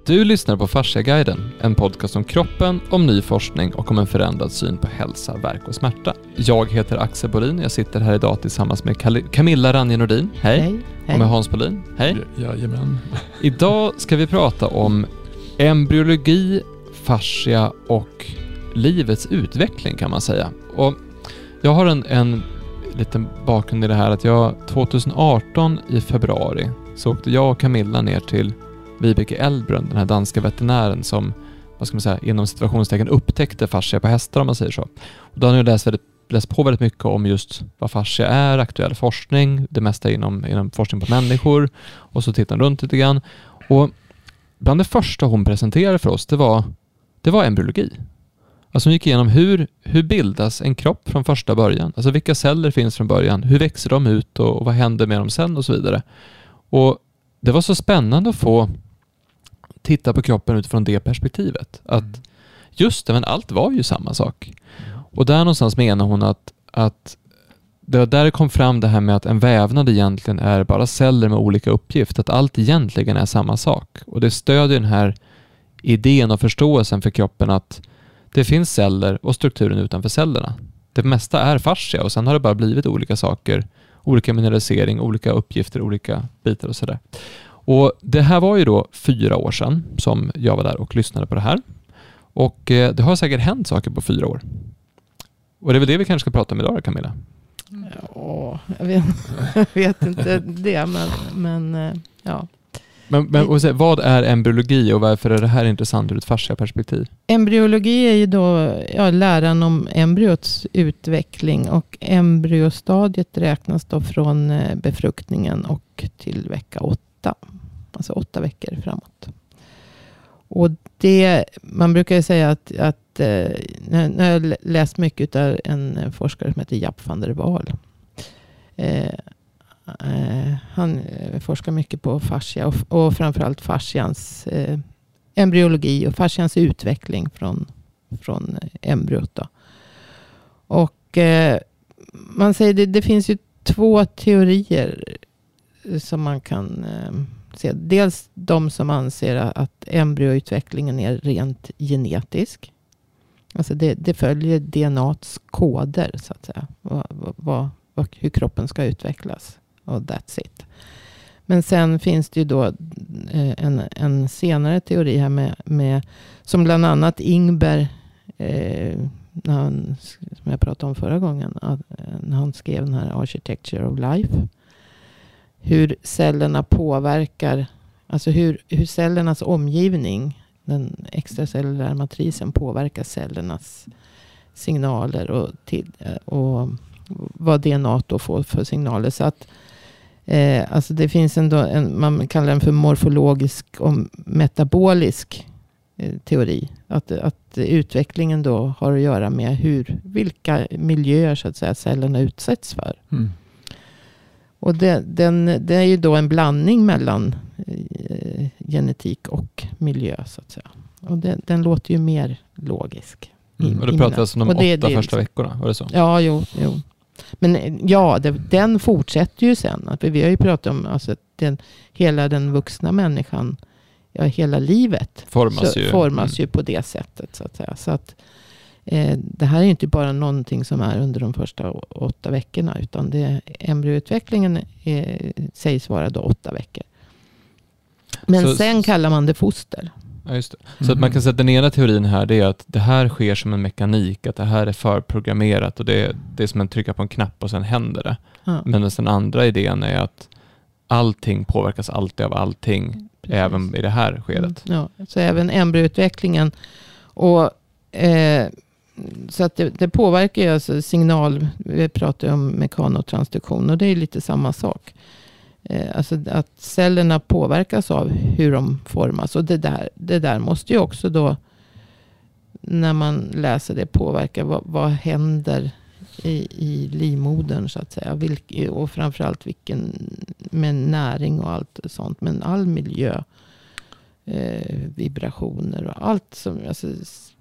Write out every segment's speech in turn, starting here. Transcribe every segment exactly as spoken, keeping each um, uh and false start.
Du lyssnar på Fasciaguiden, en podcast om kroppen, om ny forskning och om en förändrad syn på hälsa, värk och smärta. Jag heter Axel Bolin, jag sitter här idag tillsammans med Camilla Ranje-Nordin. Hej. Hej. Hej. Och med Hans Bolin. Hej. Jajamän. Idag ska vi prata om embryologi, fascia och livets utveckling kan man säga. Och jag har en, en liten bakgrund i det här att jag tjugoarton i februari så åkte jag och Camilla ner till Vibeke Eldbrun, den här danska veterinären som, vad ska man säga, inom situationstecken upptäckte fascia på hästar om man säger så. Och då har jag läst, väldigt, läst på väldigt mycket om just vad fascia är, aktuell forskning, det mesta inom, inom forskning på människor, och så tittar runt lite grann. Och bland det första hon presenterade för oss, det var, det var embryologi. Alltså hon gick igenom hur, hur bildas en kropp från första början. Alltså vilka celler finns från början, hur växer de ut och, och vad händer med dem sen och så vidare. Och det var så spännande att få titta på kroppen utifrån det perspektivet. Att just det, men allt var ju samma sak. Och där någonstans menar hon att, att det var där det kom fram det här med att en vävnad egentligen är bara celler med olika uppgift. Att allt egentligen är samma sak. Och det stödjer den här idén och förståelsen för kroppen att det finns celler och strukturen utanför cellerna. Det mesta är fascia och sen har det bara blivit olika saker. Olika mineralisering, olika uppgifter, olika bitar och sådär. Och det här var ju då fyra år sedan som jag var där och lyssnade på det här. Och eh, det har säkert hänt saker på fyra år. Och det är väl det vi kanske ska prata om idag, Camilla? Ja, jag vet, jag vet inte det, men, men ja. Men, men och så, vad är embryologi och varför är det här intressant ur ett fascia-perspektiv? Embryologi är ju då ja, läran om embryots utveckling, och embryostadiet räknas då från befruktningen och till vecka åtta. Alltså åtta veckor framåt. Och det, man brukar ju säga att, att när jag har läst mycket av en forskare som heter Jaap van der Waal. Eh, eh, han forskar mycket på fascia och, och framförallt fascians eh, embryologi och fascians utveckling från, från embryot då. Och eh, man säger det, det finns ju två teorier som man kan eh, se. Dels de som anser att embryoutvecklingen är rent genetisk. Alltså det, det följer D N A:s koder så att säga. Vad, vad, vad, hur kroppen ska utvecklas. Och that's it. Men sen finns det ju då eh, en, en senare teori här med, med som bland annat Ingber eh, när han, som jag pratade om förra gången, att, när han skrev den här Architecture of Life. Hur cellerna påverkar, alltså hur, hur cellernas omgivning, den extracellulära matrisen påverkar cellernas signaler och, till, och vad D N A då får för signaler. Så att eh, alltså det finns ändå en, man kallar den för morfologisk och metabolisk eh, teori. Att, att utvecklingen då har att göra med hur, vilka miljöer så att säga cellerna utsätts för. Mm. Och det, den, det är ju då en blandning mellan eh, genetik och miljö så att säga. Och det, den låter ju mer logisk. Mm. Och du pratar alltså om de det, åtta det, första veckorna, var det så? Ja, jo. jo. Men ja, det, den fortsätter ju sen. För vi har ju pratat om alltså, den, hela den vuxna människan, ja, hela livet formas, så, ju. formas Mm. ju på det sättet så att säga. Så att eh, det här är ju inte bara någonting som är under de första å, åtta veckorna, utan det, embryoutvecklingen är, sägs vara då åtta veckor. Men så, sen kallar man det foster. Ja, just det. Så Mm. att man kan säga att den ena teorin här, det är att det här sker som en mekanik, att det här är förprogrammerat och det, det är som en trycka på en knapp och sen händer det. Ja. Men den andra idén är att allting påverkas alltid av allting. Precis. Även i det här skedet. Mm. Ja, så även embryoutvecklingen. Och eh, så att det, det påverkar ju alltså signal, vi pratar ju om mekanotransduktion och det är lite samma sak. Eh, alltså att cellerna påverkas av hur de formas. Och det där, det där måste ju också då, när man läser det, påverka vad, vad händer i, i livmodern så att säga. Vilk, och framförallt vilken med näring och allt sånt. Men all miljö, eh, vibrationer och allt som, alltså,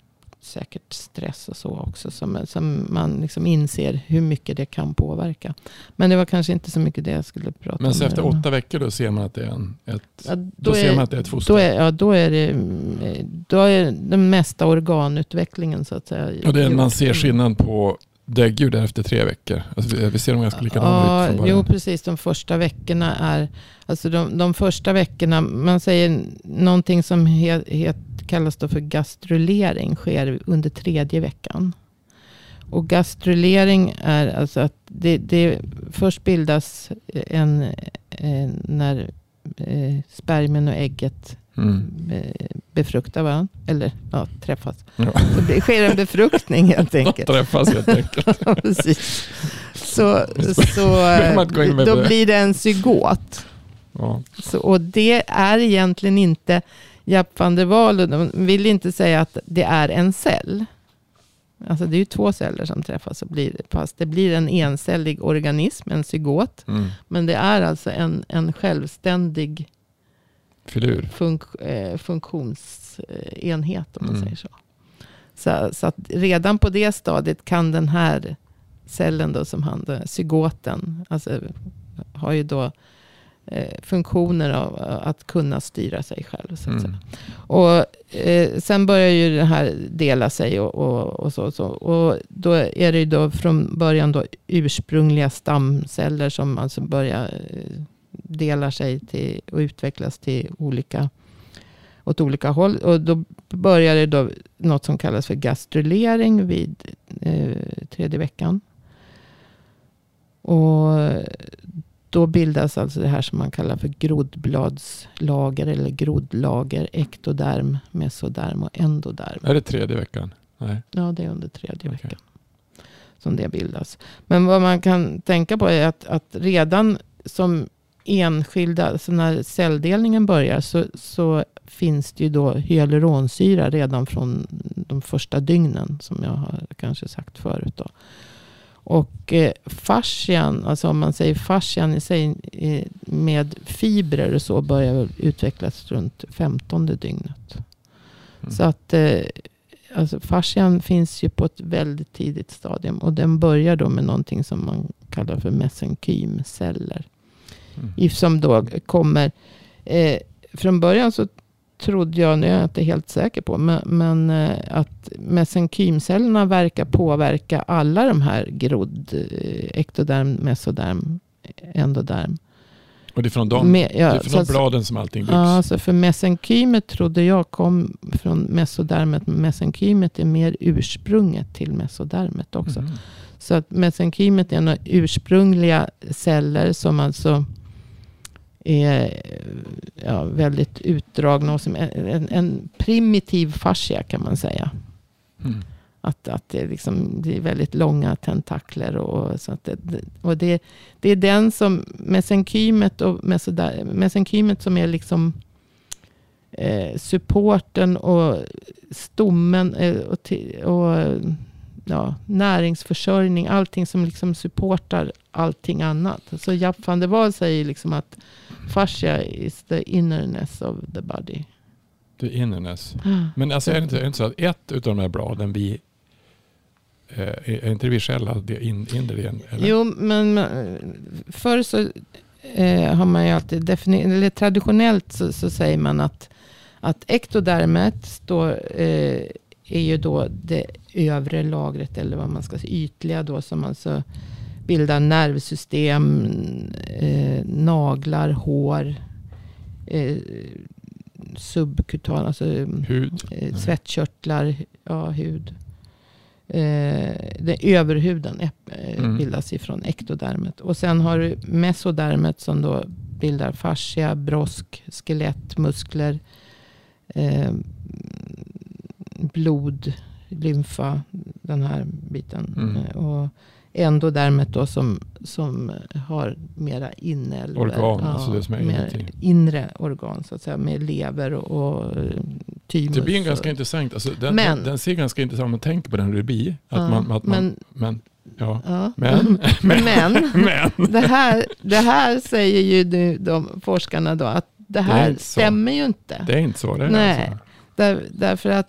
säkert stress och så också. Som, som man liksom inser hur mycket det kan påverka. Men det var kanske inte så mycket det jag skulle prata Men om. så efter det. åtta veckor då ser man att det är en, ett, ja, då, då är, ser man att det är ett foster. Då är, ja, då är det då är den mesta organutvecklingen så att säga. Och det är, man ser skillnad på däggdjur efter tre veckor. Alltså, vi, vi ser dem ganska likadana ja, ut från början. Jo, precis. De första veckorna är... Alltså de, de första veckorna... Man säger någonting som het, het, kallas då för gastrulering sker under tredje veckan. Och gastrulering är alltså att det, det först bildas en... en när eh, spermien och ägget Mm. befruktar varandra. Eller ja, träffas. Ja. Det sker en befruktning helt enkelt. träffas helt enkelt. Ja, precis. Så, så med då det. blir det en zygot. Ja. Så, och det är egentligen inte Jaap van der Waal, och de vill inte säga att det är en cell. Alltså det är ju två celler som träffas och blir, fast det blir en encellig organism, en zygot. Mm. Men det är alltså en, en självständig Filur. funk, eh, funktionsenhet om man Mm. säger så. så. Så att redan på det stadiet kan den här cellen då som han, zygoten, alltså har ju då eh, funktioner av att kunna styra sig själv. Så att Mm. säga. Och eh, sen börjar ju det här dela sig och, och, och så och så. Och då är det ju då från början då ursprungliga stamceller som alltså börjar eh, delar sig till och utvecklas till olika åt olika håll. Och då börjar det då något som kallas för gastrulering vid eh, tredje veckan. Och då bildas alltså det här som man kallar för grodbladslager eller grodlager, ektoderm, mesoderm och endoderm. Är det tredje veckan? Nej. Ja, det är under tredje Okay. veckan som det bildas. Men vad man kan tänka på är att, att redan som enskilda, alltså när celldelningen börjar så, så finns det ju då hyaluronsyra redan från de första dygnen som jag har kanske sagt förut då. Och eh, fascian, alltså om man säger fascian i sig eh, med fibrer och så börjar utvecklas runt femtonde dygnet. Mm. Så att eh, alltså fascian finns ju på ett väldigt tidigt stadium och den börjar då med någonting som man kallar för mesenkymceller. Mm. Som då kommer eh, från början så trodde jag, nu är jag inte helt säker på, men, men eh, att mesenkymcellerna verkar påverka alla de här grod, eh, ektoderm, mesoderm, endoderm. Och det är från dem, Med, ja, det är från så, bladen som allting byggs. Ja, alltså för mesenkymet trodde jag kom från mesodermet, men mesenkymet är mer ursprunget till mesodermet också. Mm. Så att mesenkymet är några ursprungliga celler som alltså är ja, väldigt utdragna och som en, en primitiv fascia kan man säga. Mm. Att, att det, liksom, det är väldigt långa tentakler. Och, så att det, och det, det är den som mesenkymet och mesodär, mesenkymet som är liksom eh, supporten och stommen eh, och, och ja, näringsförsörjning, allting som liksom supportar allting annat. Så Jaap van der Waal säger liksom att fascia is the innerness of the body. The innerness. Men alltså är det inte, är det inte så att ett utav de här bladen vi eh, är inte det vi själva det in, inre igen? Eller? Jo, men, men förr så eh, har man ju alltid defini- eller traditionellt så, så säger man att att ektodermet står eh, är ju då det övre lagret eller vad man ska säga, ytliga då som alltså bildar nervsystem, eh, naglar, hår, eh, subkutan, alltså Hud. eh, svettkörtlar, ja, hud. Eh, det överhuden eh, Mm. bildas ifrån ektodermet. Och sen har du mesodermet som då bildar fascia, brosk, skelett, muskler, eh, blod, lymfa, den här biten. Mm. Eh, och endodermet då som, som har mera inälvor. Organ, alltså det som är mer inuti. inre organ så att säga, med lever och, och thymus. Det blir en och, ganska intressant. Alltså den, Men- den, den ser ganska intressant om man tänker på den hur det blir. Att Ja, man, att man, men- men, ja. Ja. Men, men, Men men. det här, det här säger ju nu de forskarna då att det Det är här inte så. stämmer ju inte. Det är inte så. Det är Nej. alltså. Där, därför att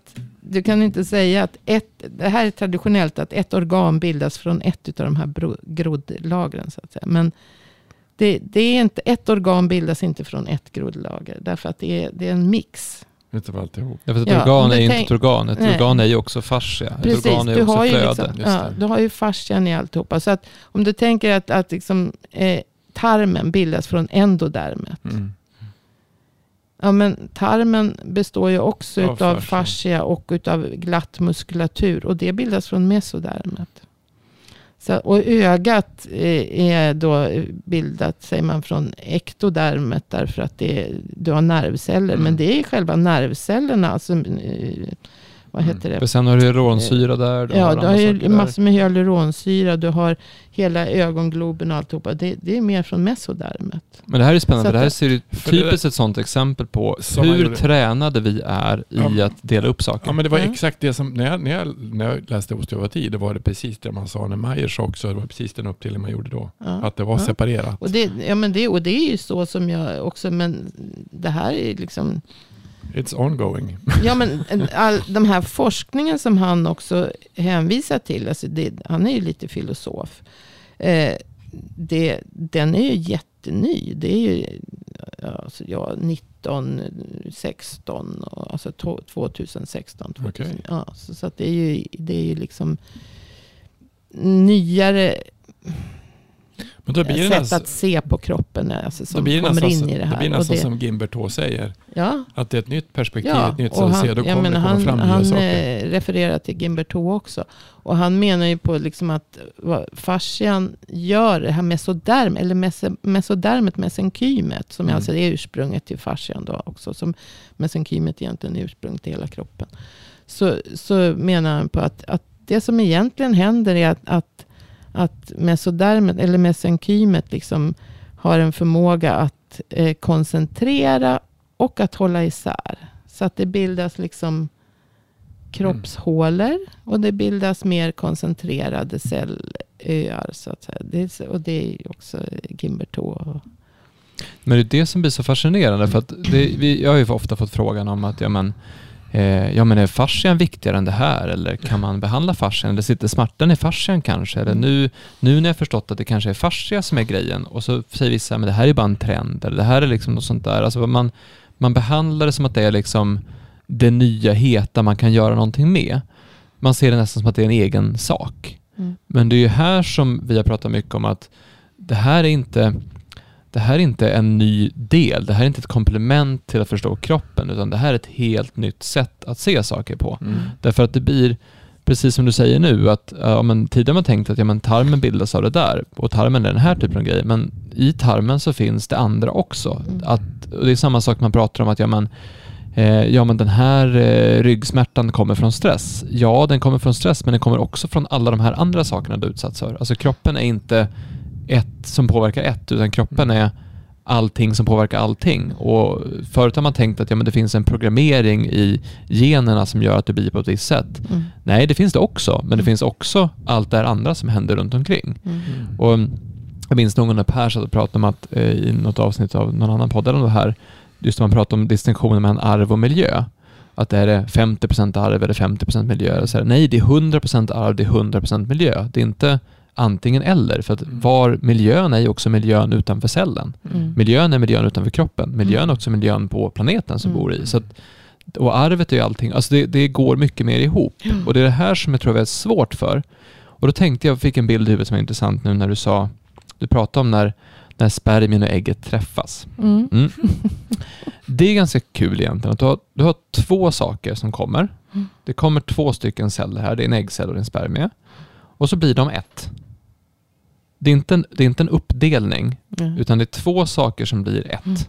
du kan inte säga att ett, det här är traditionellt att ett organ bildas från ett av de här bro, groddlagren så att säga. Men det, det är inte, ett organ bildas inte från ett groddlager. Därför att det är, det är en mix. Inte för alltihop. Ja, för ett Ja, organ är tänk, inte ett organ. Ett nej. organ är ju också fascia. Precis, ett organ är du också har ju flöde. liksom, ja, du har ju fascian i alltihopa. Så att om du tänker att, att liksom, eh, tarmen bildas från endodermet. Mm. Ja, men tarmen består ju också Av utav fascia. fascia och utav glatt muskulatur. Och det bildas från mesodermet. Så, och ögat eh, är då bildat, säger man, från ektodermet. Därför att det är, du har nervceller. Mm. Men det är själva nervcellerna. Alltså, eh, vad heter det? För sen har du hyaluronsyra där. Ja, har du har ju andra saker massor med hyaluronsyra. Du har hela ögongloben och alltihopa. Det, det är mer från mesodermet. Men det här är spännande, Så för det här att- ser ju För det typiskt ett sånt exempel på Som man hur gjorde- tränade vi är i Ja. att dela upp saker. Ja, men det var Mm. exakt det som, när jag, när jag, när jag läste osteopati, det var det precis det man sa när Myers också, det var precis den uppdelning man gjorde då. Ja. Att det var Ja. separerat. Och det, ja, men det, och det är ju så som jag också, men det här är liksom, It's ongoing. ja men en- all, de här forskningen som han också hänvisar till, alltså det, han är ju lite filosof, eh, det, den är ju jätteny, det är ju ja, alltså, ja, nitton sexton, och, alltså to- tjugohundrasexton. Okej. Ja, så, så att det är ju, det är ju liksom nyare Men då blir det sätt nästan, att se på kroppen, alltså, då som blir det kommer nästan, in i det här. det blir Och nästan det- som Gimbert säger. Ja, Att det är ett nytt perspektiv, ja. ett nytt sätt och att se. han, Då jag kommer menar, det komma han, fram nya han saker. eh, refererar till Gimbert också. Och han menar ju på liksom att vad fascian gör, det här mesoderm, eller meso, mesodermet, mesenkymet, som Mm. alltså är ursprunget till fascian då också, som mesenkymet egentligen är ursprunget till hela kroppen. Så, så menar han på att, att det som egentligen händer är att, att, att mesodermet, eller mesenkymet liksom har en förmåga att eh, koncentrera och att hålla isär. Så att det bildas liksom kroppshålor och det bildas mer koncentrerade cellöar. Så att säga. Det är, och det är ju också Gimbert och Men det är det som blir så fascinerande, för att det, vi, jag har ju ofta fått frågan om att ja men, eh, ja, men är fascian viktigare än det här, eller kan man behandla fascian, eller sitter smärtan i fascian kanske, eller nu, nu när jag förstått att det kanske är fascia som är grejen, och så säger vissa men det här är bara en trend, eller det här är liksom något sånt där, alltså man, man behandlar det som att det är liksom det nya heta man kan göra någonting med. Man ser det nästan som att det är en egen sak. Mm. Men det är ju här som vi har pratat mycket om att det här är inte det här är inte en ny del. Det här är inte ett komplement till att förstå kroppen, utan det här är ett helt nytt sätt att se saker på. Mm. Därför att det blir, precis som du säger nu, att ja, men tidigare har man tänkt att ja, men tarmen bildas av det där, och tarmen är den här typen av grej, men i tarmen så finns det andra också. Mm. Att, och det är samma sak man pratar om, att ja, men, eh, ja, men den här eh, ryggsmärtan kommer från stress. Ja, den kommer från stress, men den kommer också från alla de här andra sakerna du utsatts för. Alltså kroppen är inte ett som påverkar ett, utan kroppen är allting som påverkar allting. Och förut har man tänkt att ja, men det finns en programmering i generna som gör att du blir på ett visst sätt. Mm. Nej, det finns det också, men det Mm. finns också allt det här andra som händer runt omkring. Mm. Mm. Och jag minns någon när Per satt och pratade om att eh, i något avsnitt av någon annan podd eller det här, just när man pratar om distinktionen mellan arv och miljö, att det är femtio procent arv eller femtio procent miljö. Eller så här, nej, det är hundra procent arv, det är hundra procent miljö. Det är inte antingen eller, för att var miljön är ju också miljön utanför cellen. Mm. Miljön är miljön utanför kroppen. Miljön är Mm. också miljön på planeten som Mm. bor i. Så att, och arvet är ju allting. Alltså det, det går mycket mer ihop. Och det är det här som jag tror är svårt för. Och då tänkte jag, fick en bild i huvudet som är intressant nu när du sa, du pratade om när, när spermien och ägget träffas. Mm. Mm. Det är ganska kul egentligen. Att du, har, du har två saker som kommer. Mm. Det kommer två stycken celler här. Det är en äggcell och en spermie. Och så blir de ett. Det är inte en, det är inte en uppdelning, Mm. utan det är två saker som blir ett. Mm.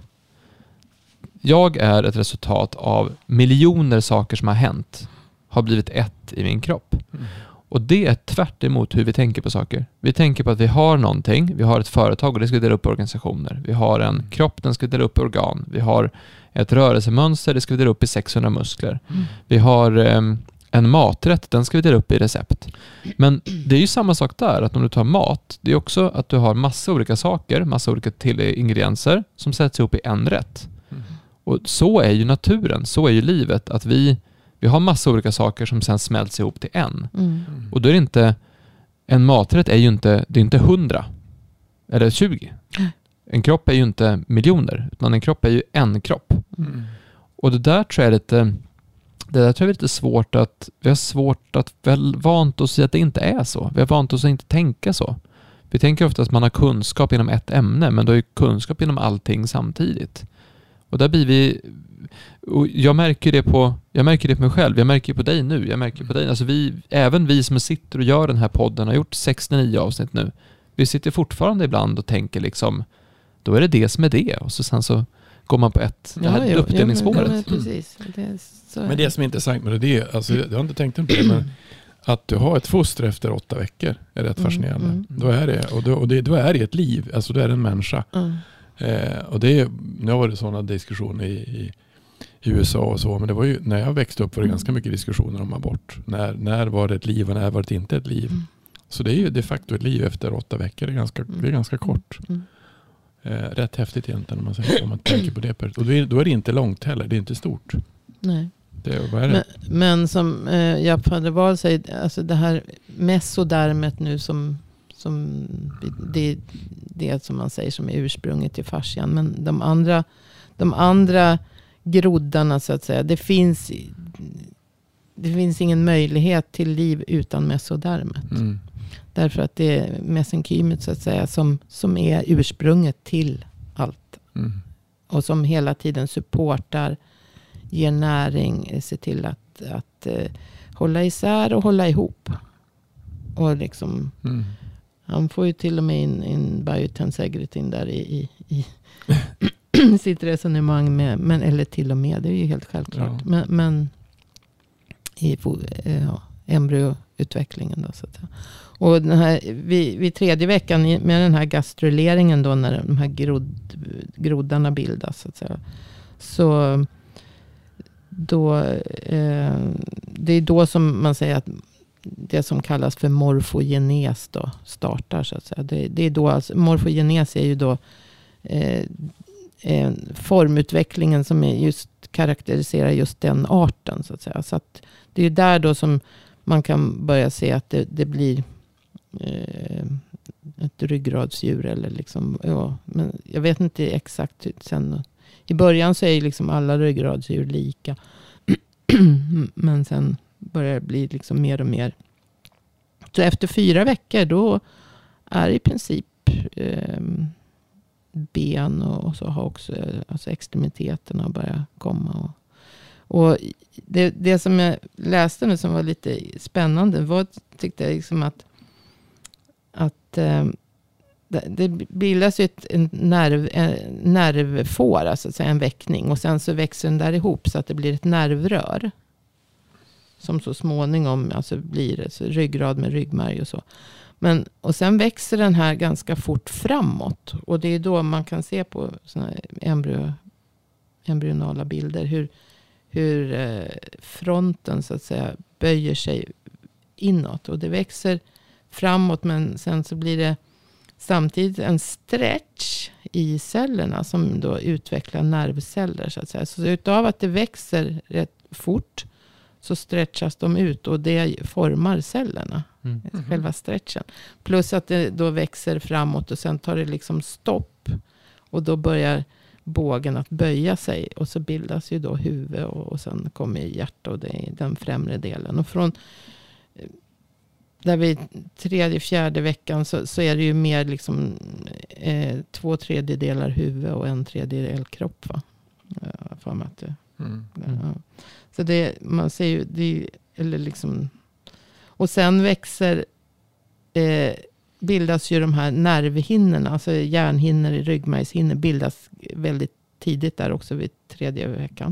Jag är ett resultat av miljoner saker som har hänt, har blivit ett i min kropp. Mm. Och det är tvärt emot hur vi tänker på saker. Vi tänker på att vi har någonting, vi har ett företag och det ska vi dela upp i organisationer. Vi har en kropp, den ska vi dela upp i organ. Vi har ett rörelsemönster, det ska vi dela upp i sexhundra muskler. Mm. Vi har um, en maträtt, den ska vi dela upp i recept. Men det är ju samma sak där, att om du tar mat, det är också att du har massa olika saker, massa olika till ingredienser som sätts ihop i en rätt. Mm. Och så är ju naturen, så är ju livet, att vi, Vi har massa olika saker som sen smälts ihop till en. Mm. Mm. Och då är det inte, en maträtt är ju inte, det är inte hundra eller tjugo. En kropp är ju inte miljoner, utan en kropp är ju en kropp. Mm. Och det där tror jag är lite, det där tror jag är lite svårt att, vi har svårt att väl vant oss i att det inte är så. Vi har vant oss att inte tänka så. Vi tänker ofta att man har kunskap inom ett ämne, men då är kunskap inom allting samtidigt. Och där blir vi, och jag märker det på, jag märker det på mig själv, jag märker det på dig nu, jag märker det på dig. Alltså vi, även vi som sitter och gör den här podden har gjort sextionio avsnitt nu. Vi sitter fortfarande ibland och tänker liksom, då är det det som är det. Och så sen så går man på ett, det här Ja, jo, uppdelningsspåret. ja, men, ja, men precis. Det är så. Men det som är intressant med det, det är, alltså, jag har inte tänkt på det, men att du har ett foster efter åtta veckor är rätt fascinerande. Mm, mm. Då är det, och, då, och det, då är det ett liv, alltså då är det en människa. Mm. Eh, och det är, nu har det sådana diskussioner i, i, i U S A och så, men det var ju, när jag växte upp var det ganska mycket diskussioner om abort. När, när var det ett liv och när var det inte ett liv? Mm. Så det är ju de facto ett liv efter åtta veckor, det är ganska, det är ganska kort. Mm. Eh, rätt häftigt egentligen om man, säger, om man tänker på det. Och då är, då är det inte långt heller, det är inte stort. Nej. Det, vad är det? Men, men som eh, Jaap van der Wal säger, alltså det här mesodermet nu som, som det är det som man säger som är ursprunget till fascian. Men de andra, de andra groddarna så att säga, det finns, det finns ingen möjlighet till liv utan mesodermet. Mm. Därför att det är mesenkymet så att säga som, som är ursprunget till allt. Mm. Och som hela tiden supportar, ger näring, ser till att, att uh, hålla isär och hålla ihop. Och liksom, Mm. han får ju till och med in, in biotensegritin där i, i, i sitt resonemang med, men, eller till och med, det är ju helt självklart. Ja. Men, men i ja, embryoutvecklingen då så att säga. Och den här, vid, vid tredje veckan med den här gastruleringen då när de här grod, groddarna bildas så att säga. Så då, eh, det är då som man säger att det som kallas för morfogenes då startar så att säga. Det, det är då, alltså, morfogenes är ju då eh, eh, formutvecklingen som är just karaktäriserar just den arten så att säga. Så att det är där då som man kan börja se att det, det blir eh, ett ryggradsdjur eller liksom, ja, men jag vet inte exakt sen. I början så är ju liksom alla ryggradsdjur lika. Men sen börjar det bli liksom mer och mer. Så efter fyra veckor då är i princip eh, ben och, och så har också alltså extremiteterna börjat komma. Och, och det, det som jag läste nu som var lite spännande var tyckte jag liksom att att eh, det, det bildas ju ett en nerv, en nervfår, alltså så en väckning. Och sen så växer den där ihop så att det blir ett nervrör. Som så småningom alltså blir det, så ryggrad med ryggmärg och så. Men, och sen växer den här ganska fort framåt. Och det är då man kan se på såna embryo, embryonala bilder hur, hur eh, fronten så att säga böjer sig inåt. Och det växer framåt men sen så blir det samtidigt en stretch i cellerna som då utvecklar nervceller så att säga. Så utav att det växer rätt fort så stretchas de ut och det formar cellerna. Mm. Själva stretchen. Plus att det då växer framåt och sen tar det liksom stopp. Och då börjar bågen att böja sig. Och så bildas ju då huvud och, och sen kommer hjärta och det är den främre delen. Och från där vid tredje, fjärde veckan så, så är det ju mer liksom eh, två tredjedelar huvud och en tredjedel kropp va. Ja, för mig att det, Mm. ja. Så det, man ser ju, det, eller liksom, och sen växer, eh, bildas ju de här nervhinnorna, alltså hjärnhinnor i ryggmärgshinnor bildas väldigt tidigt där också vid tredje veckan.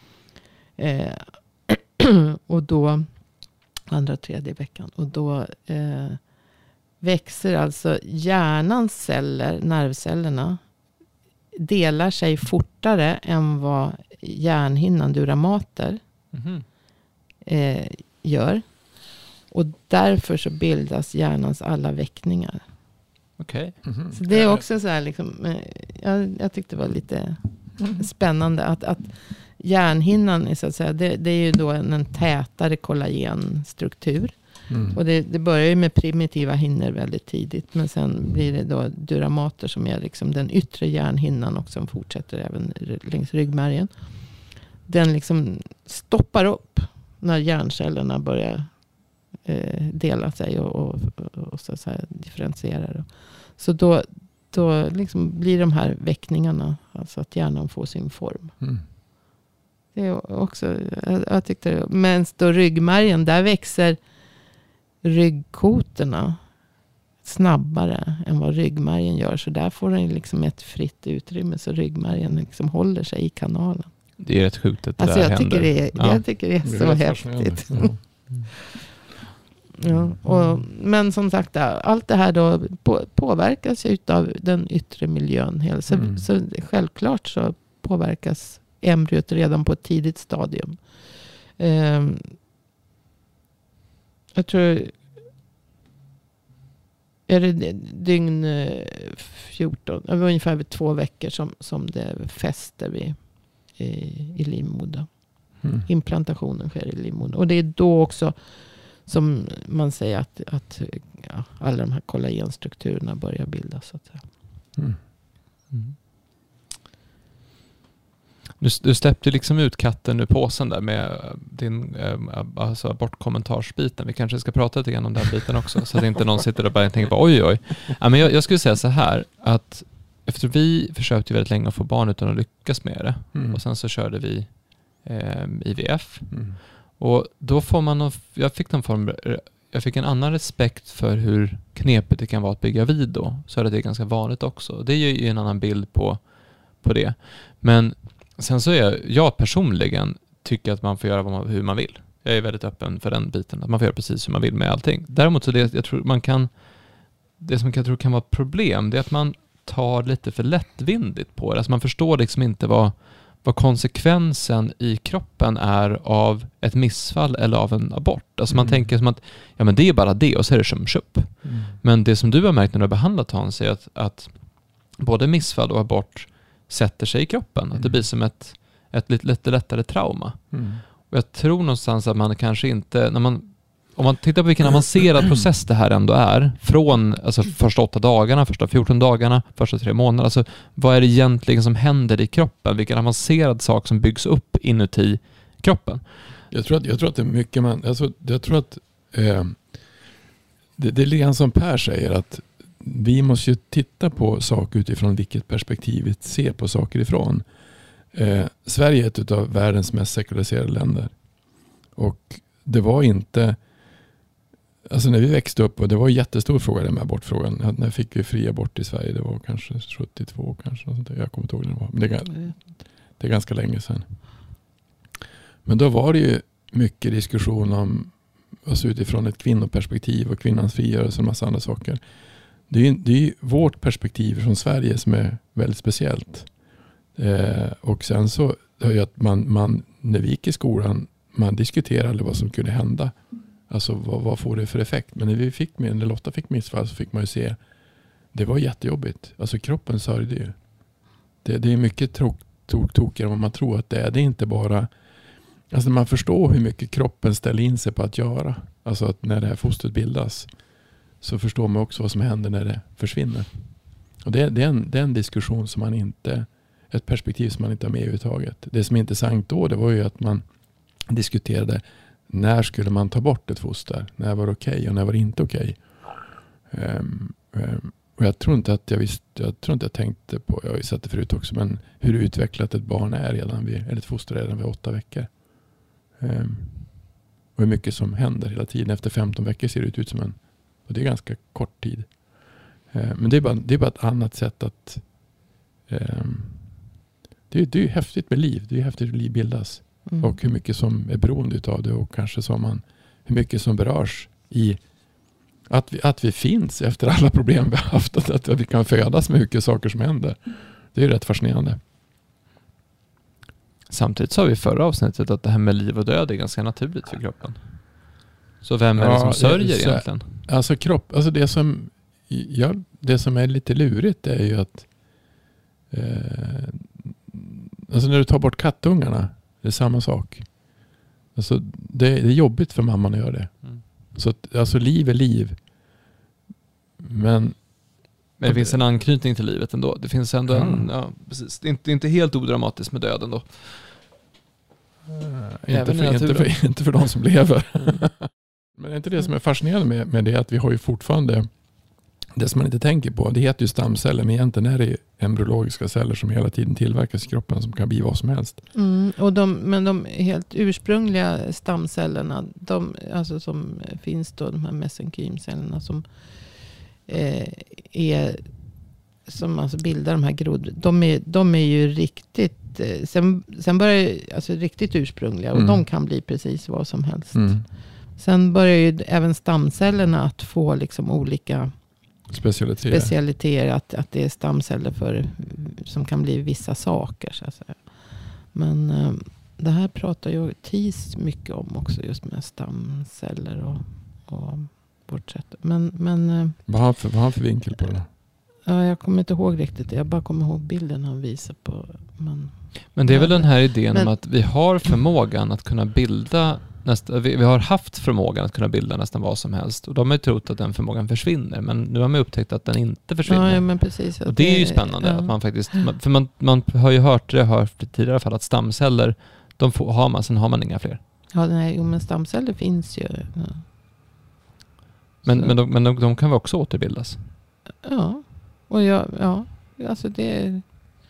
Eh, och då, andra tredje veckan, och då eh, växer alltså hjärnans celler, nervcellerna, delar sig fortare än vad hjärnhinnan, duramater, Mm. eh, gör. Och därför så bildas hjärnans alla väckningar. Okej. Mhm. Så det är också så här liksom, eh, jag, jag tyckte det var lite spännande att, att hjärnhinnan är så att säga, det, det är ju då en, en tätare kollagenstruktur. Mm. Och det, det börjar ju med primitiva hinnor väldigt tidigt. Men sen blir det då duramater som är liksom den yttre hjärnhinnan och som fortsätter även längs ryggmärgen. Den liksom stoppar upp när hjärncellerna börjar eh, dela sig och, och, och, och så att säga differentiera. Så då, då liksom blir de här väckningarna, alltså att hjärnan får sin form. Mm. Det är också, jag, jag tyckte, men då ryggmärgen, där växer ryggkotorna snabbare än vad ryggmärgen gör. Så där får den liksom ett fritt utrymme så ryggmärgen liksom håller sig i kanalen. Det är rätt sjukt att det alltså där jag händer. tycker det är, Ja. jag tycker det är Det är så rätt häftigt. fascinerande. Ja. Ja, och, men som sagt, allt det här då på, påverkas ju av den yttre miljön. Så, Mm. så självklart så påverkas embryot redan på ett tidigt stadium. Um, jag tror är det dygn fjorton, det var ungefär vid två veckor som, som det fäster vid, i, i livmodern. Mm. Implantationen sker i livmodern. Och det är då också som man säger att, att ja, alla de här kollagenstrukturerna börjar bildas. Så att säga. Mm. Mm. Du, du släppte liksom ut katten ur påsen där med din äh, alltså abortkommentarsbiten. Vi kanske ska prata lite grann om den biten också. Så att inte någon sitter och bara tänker på oj oj. Ja, men jag, jag skulle säga så här att efter vi försökte väldigt länge att få barn utan att lyckas med det. Mm. Och sen så körde vi eh, I V F. Mm. Och då får man någon, jag fick någon form, jag fick en annan respekt för hur knepigt det kan vara att bli gravid då. Så är det ganska vanligt också. Det är ju en annan bild på, på det. Men sen så är jag, jag personligen tycker att man får göra vad man, hur man vill. Jag är väldigt öppen för den biten. Att man får göra precis hur man vill med allting. Däremot så det jag tror man kan, det som jag tror kan vara ett problem, det är att man tar lite för lättvindigt på det. Alltså man förstår liksom inte vad, vad konsekvensen i kroppen är av ett missfall eller av en abort. Alltså man Mm. tänker som att ja, men det är bara det och så är det som köp. Mm. Men det som du har märkt när du har behandlat Hans är att, att både missfall och abort sätter sig i kroppen. Mm. Att det blir som ett, ett lite, lite lättare trauma. Mm. Och jag tror någonstans att man kanske inte, när man, om man tittar på vilken avancerad process det här ändå är, från alltså, första åtta dagarna, första fjorton dagarna, första tre månader, alltså vad är det egentligen som händer i kroppen? Vilken avancerad sak som byggs upp inuti kroppen? Jag tror att, jag tror att det är mycket man, alltså, jag tror att eh, det, det är lite grann som Per säger att vi måste ju titta på saker utifrån vilket perspektiv vi ser på saker ifrån. Eh, Sverige är ett av världens mest sekulariserade länder. Och det var inte, alltså när vi växte upp, och det var en jättestor fråga det med abortfrågan. När fick vi fri abort i Sverige? Det var kanske sjuttiotvå kanske. Något sånt där. Jag kommer inte ihåg när det var. Men det är, det är ganska länge sedan. Men då var det ju mycket diskussion om, alltså utifrån ett kvinnoperspektiv och kvinnans frigörelse och en massa andra saker. Det är ju det är vårt perspektiv från Sverige som är väldigt speciellt. Eh, och sen så hör jag att man, man, när vi gick i skolan, man diskuterade vad som kunde hända. Alltså vad, vad får det för effekt? Men när vi fick, när Lotta fick missfall så fick man ju se, det var jättejobbigt. Alltså kroppen sörjde ju. Det, det är mycket tok, tok, tokigare än vad man tror att det är. Det är inte bara, alltså man förstår hur mycket kroppen ställer in sig på att göra. Alltså att när det här fostret bildas så förstår man också vad som händer när det försvinner. Och det, det, är en, det är en diskussion som man inte, ett perspektiv som man inte har med överhuvudtaget. Det som är intressant då, det var ju att man diskuterade när skulle man ta bort ett foster? När var det okej okay och när var det inte okej? Okay? Um, um, och jag tror inte att jag visste, jag tror inte jag tänkte på, jag har ju sett det förut också, men hur utvecklat ett barn är redan vid, eller ett foster redan vid åtta veckor. Um, och hur mycket som händer hela tiden. Efter femton veckor ser det ut som en, och det är ganska kort tid. Uh, men det är, bara, det är bara ett annat sätt att um, det är, det är häftigt med liv. Det är häftigt att liv bildas. Mm. Och hur mycket som är beroende av det och kanske som man, hur mycket som berörs i att vi, att vi finns efter alla problem vi har haft, att, att vi kan födas med mycket saker som händer. Det är ju rätt fascinerande. Samtidigt sa vi i förra avsnittet att det här med liv och död är ganska naturligt för kroppen. Så vem är det som ja, sörjer så, egentligen? Alltså kropp, alltså det som ja, det som är lite lurigt är ju att eh, alltså när du tar bort kattungarna Det är samma sak. Alltså, det, det är jobbigt för mamman att göra det. Mm. Så att, alltså liv är liv. Men, Men det finns en anknytning till livet ändå. Det finns ändå mm. en, ja, precis. Det är inte, inte helt odramatiskt med döden då. Uh, inte, för, inte, för, inte för de som lever. Mm. Men det är inte det som är fascinerande med, med det, att vi har ju fortfarande, det som man inte tänker på, det heter ju stamceller, men egentligen är det embryologiska celler som hela tiden tillverkas i kroppen, som kan bli vad som helst. Mm, och de, men de helt ursprungliga stamcellerna, de, alltså som finns då, de här mesenkymcellerna som eh, är som alltså bildar de här grodor, de är, de är ju riktigt eh, sen, sen börjar alltså riktigt ursprungliga, och mm. de kan bli precis vad som helst. Mm. Sen börjar ju även stamcellerna att få liksom olika specialiteter. specialiteter att, att det är stamceller för, som kan bli vissa saker. Så att säga. Men eh, det här pratar ju Thies mycket om också, just med stamceller och, och vårt sätt. Men, men, eh, vad har han för, vad har han för vinkel på det? Ja, jag kommer inte ihåg riktigt. Jag bara kommer ihåg bilden han visar på. Men, men det är väl den här idén men, om att vi har förmågan att kunna bilda Nästa, vi, vi har haft förmågan att kunna bilda nästan vad som helst. Och de har ju trott att den förmågan försvinner. Men nu har man upptäckt att den inte försvinner. Ja, men precis, och det är ju spännande. Ja. Att man faktiskt, för man, man har ju hört det, hört det tidigare fall, att stamceller, de får, har man, sen har man inga fler. Ja, nej, jo, men stamceller finns ju. Ja. Men, men, de, men de, de kan väl också återbildas? Ja, och jag, ja, alltså det...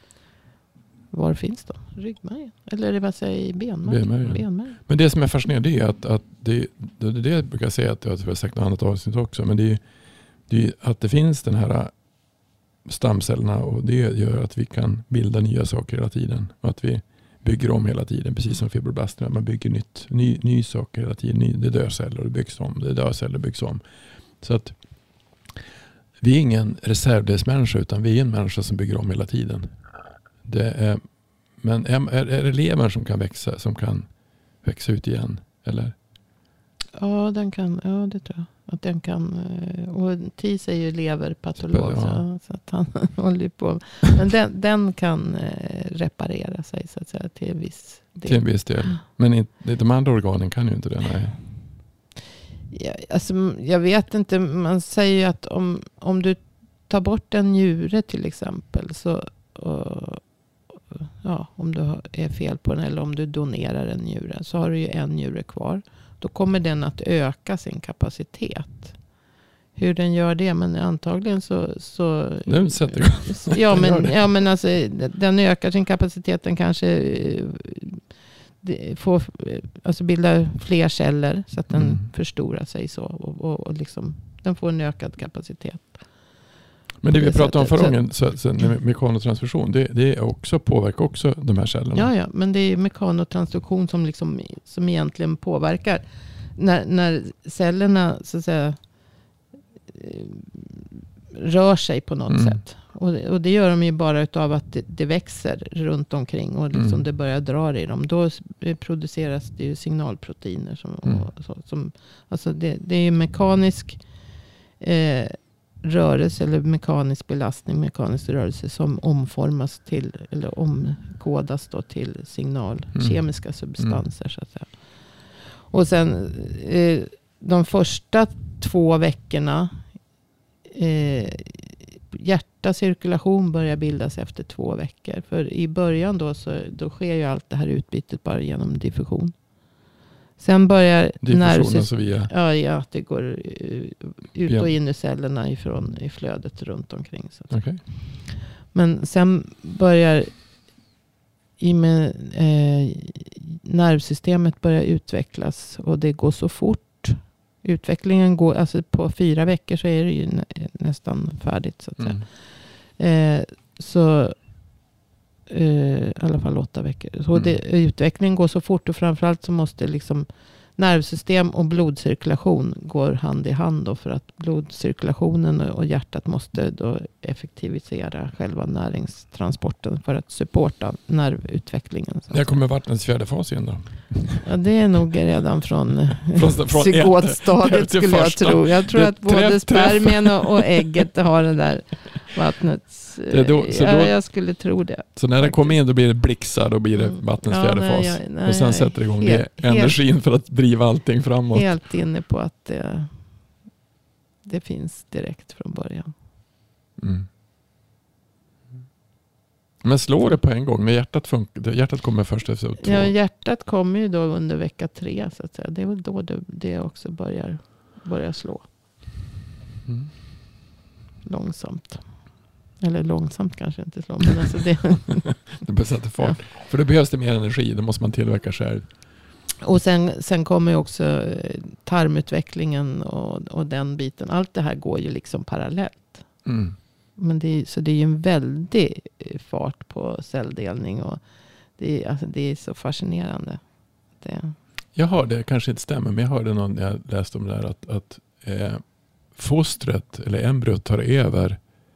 Var finns de? Ryggmärgen? Eller är det vad säger i benmärgen? benmärgen? benmärgen? Men det som är fascinerande är att, att det, det, det jag brukar säga, att jag har sagt något annat avsnitt också, men det är, det är att det finns den här stamcellerna, och det gör att vi kan bilda nya saker hela tiden. Och att vi bygger om hela tiden, precis som fibroblasterna. Man bygger nytt, ny, ny saker hela tiden. Ny, det dör celler och det byggs om. Det dör celler och byggs om. Så att vi är ingen reservdelsmänniska, utan vi är en människa som bygger om hela tiden. Det är, men är, är det levern som kan växa, som kan växa ut igen, eller? Ja, den kan, ja, det tror jag. Att den kan, och Thies är ju leverpatolog, ja. så, så att han håller på. Men den, den kan reparera sig, så att säga, till en viss del. Till en viss del. Men inte, de andra organen kan ju inte det, nej. Ja, alltså, jag vet inte, man säger ju att om, om du tar bort en njure till exempel, så och, ja, om du är fel på den, eller om du donerar en njure, så har du ju en njure kvar. Då kommer den att öka sin kapacitet. Hur den gör det, men antagligen så... så den sätter ja, men, ja, men alltså, den ökar sin kapacitet. Den kanske får alltså bilda fler celler så att den mm. förstorar sig så. Och, och, och liksom, den får en ökad kapacitet. Men det vi pratade om förra gången, så, så, mekanotransfusion, det, det också påverkar också de här cellerna. Ja, ja, men det är mekanotransfusion som, liksom, som egentligen påverkar. När, när cellerna så att säga, rör sig på något mm. sätt. Och, och det gör de ju bara utav att det, det växer runt omkring och liksom mm. det börjar dra i dem. Då produceras det ju signalproteiner. Som, mm. och, så, som, alltså det, det är ju mekanisk... Eh, rörelse eller mekanisk belastning, mekanisk rörelse som omformas till, eller omkodas då till signal, mm. kemiska substanser mm. så att säga. Och sen eh, de första två veckorna eh, hjärtacirkulation börjar bildas efter två veckor. För i början då så då sker ju allt det här utbytet bara genom diffusion. Sen börjar nervsystem, via... ja, ja, det går ut och in i cellerna ifrån i flödet runt omkring. Så okay. Men sen börjar i med, eh, nervsystemet börjar utvecklas och det går så fort. Utvecklingen går, alltså på fyra veckor så är det ju nä, nästan färdigt så att säga. Mm. Eh, så Uh, i alla fall åtta veckor. Så mm. det, utvecklingen går så fort, och framförallt så måste liksom nervsystem och blodcirkulation går hand i hand då, för att blodcirkulationen och hjärtat måste då effektivisera själva näringstransporten för att supporta nervutvecklingen. Det kommer vattnets fjärde fas igen då? Ja, det är nog redan från, från, från psykotstadiet skulle jag tro. Jag tror att både spermien och, och ägget har det där vattnets... Det då, så ja, då, jag skulle tro det. Så när den kommer in då blir det blixar, då blir det Mm. vattnets Ja, fjärde nej, fas. jag- nej, och sen jag är sätter det igång helt- det energin för att driva allting framåt. Helt inne på att det, det finns direkt från början. Mm. Men slår det på en gång när hjärtat funkar? Hjärtat kommer först efter två. Ja, hjärtat kommer ju då under vecka tre så att säga. Det är väl då det, det också börjar, börjar slå. Mm. Långsamt. Eller långsamt kanske inte slå. Men alltså det. Det börjar sätta fart. Ja. För det behövs det mer energi. Det måste man tillverka själv. Och sen, sen kommer ju också tarmutvecklingen och, och den biten. Allt det här går ju liksom parallellt. Mm. Men det är, så det är ju en väldig fart på celldelning. Och det är, alltså det är så fascinerande. Det. Jag hörde, det kanske inte stämmer, men jag hörde någon, jag läste om det där att, att eh, fostret eller embryot tar över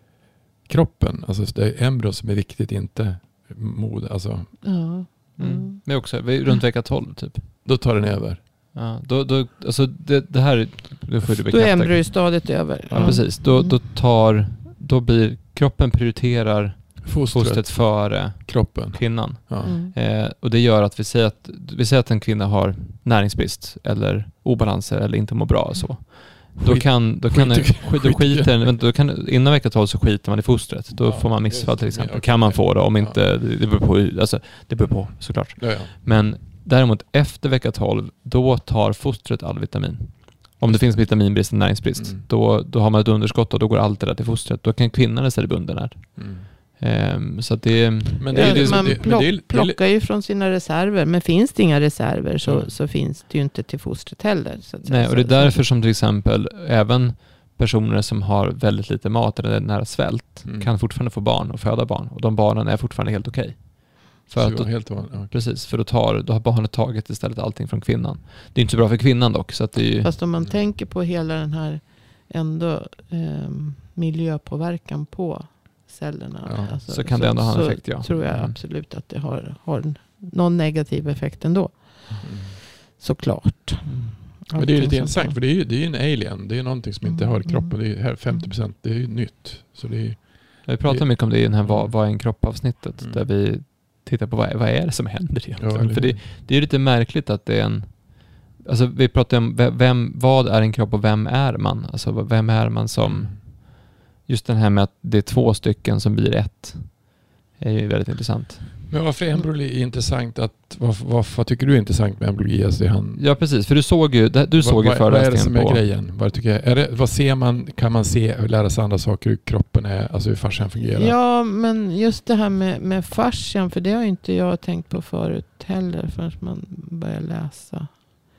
kroppen. Alltså det är embryot som är viktigt, inte mod. Alltså, Ja. Mm. Mm. Men också, vi är runt vecka tolv typ. då tar den över. Ja, då, då, alltså det, det här, då får du Då är bekräfta. embryostadiet över. Ja, precis. Då, då tar, då blir, kroppen prioriterar Fostret, fostret före kroppen. kvinnan. Ja. Mm. Eh, och det gör att vi säger att, vi säger att en kvinna har näringsbrist eller obalanser eller inte mår bra så. Då Skit- kan, då kan, skit- skit, då skit- skiter, vänta, då kan, innan vecka tolv så skiter man i fostret. Då Ja, får man missfall just till det. exempel. Ja, Kan man okej. få det om Ja. inte, det beror på, alltså, det beror på såklart. Ja, ja. Men däremot efter vecka tolv, då tar fostret all vitamin. Om det finns vitaminbrist eller näringsbrist, Mm. då, då har man ett underskott och då går allt det där till fostret. Då kan kvinnan istället bli undernärd. Mm. Ehm, så att det, Men Ja, det är det, man det, men plock, det, är, det är, plockar ju från sina reserver. Men finns det inga reserver så, Mm. så finns det ju inte till fostret heller. Så att säga. nej, och det är Så- därför som till exempel även personer som har väldigt lite mat eller är nära svält Mm. kan fortfarande få barn och föda barn. Och de barnen är fortfarande helt okej. För så att då, helt van, ja. precis, för då, tar, då har barnet tagit istället allting från kvinnan. Det är inte så bra för kvinnan dock. Så att det är ju, Fast om man Mm. tänker på hela den här ändå eh, miljöpåverkan på cellerna. Ja, alltså, så kan det ändå ha en så effekt, ja. tror jag Mm. absolut att det har, har någon negativ effekt ändå. Mm. Såklart. Men det är ju Allting lite sånt intressant där. för det är ju, det är ju en alien. Det är ju någonting som inte Mm, har i kroppen. mm. Det är ju här femtio procent. Det är ju nytt. Så det är, vi pratar det- mycket om det i den här vad, vad är en kropp-avsnittet. Mm. Där vi tittar på vad, vad är det som händer egentligen. Ja, eller för det, hur? det är ju lite märkligt att det är en... Alltså vi pratar om vem, vem, vad är en kropp och vem är man? Alltså vem är man som... Just den här med att det är två stycken som blir ett. Är ju väldigt intressant. Men varför är embryologi intressant? Att, varför, varför tycker du är intressant med embryologi? Alltså det han, Ja precis, för du såg ju, det- du såg ju vad, vad är det som föreläsningen är på... grejen? Vad, tycker jag, är det, vad ser man? Kan man se och lära sig andra saker hur kroppen är? Alltså hur fascian fungerar? Ja, men just det här med, med fascian, för det har inte jag tänkt på förut heller förrän man börjar läsa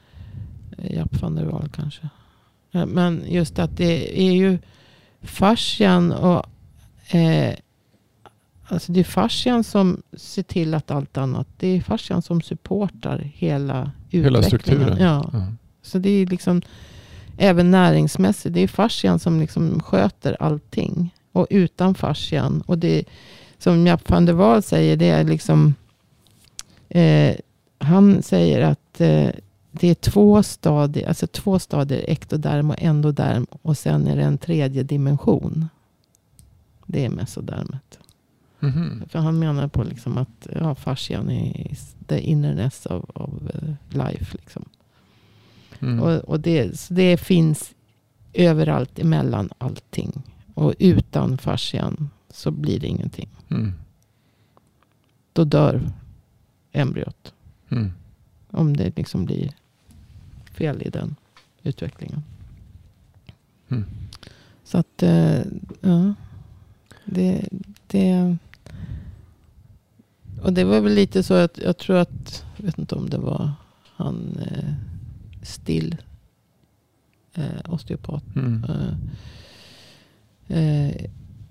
Jaap van der Wal kanske. Ja, men just att det är ju fascian och eh, alltså det är fascian som ser till att allt annat, det är fascian som supportar hela utvecklingen. Hela strukturen. Ja. Ja. Så det är liksom även näringsmässigt. Det är fascian som liksom sköter allting. Och utan fascian. Och det som Jaap van der Wal säger. Det är liksom. Eh, han säger att eh, det är två stadier. Alltså två stadier. Ektoderm och endoderm. Och sen är det en tredje dimension. Det är mesodermet. Mhm. För han menar på liksom att ja, fascian är the innerness av, av uh, life. Liksom. Mm. Och, och det, så det finns överallt emellan allting. Och utan fascian så blir det ingenting. Mm. Då dör embryot. Mm. Om det liksom blir fel i den utvecklingen. Mm. Så att, eh, ja. Det, det... Och det var väl lite så att jag tror att, jag vet inte om det var han eh, Still, eh, osteopat. Mm. Eh, eh,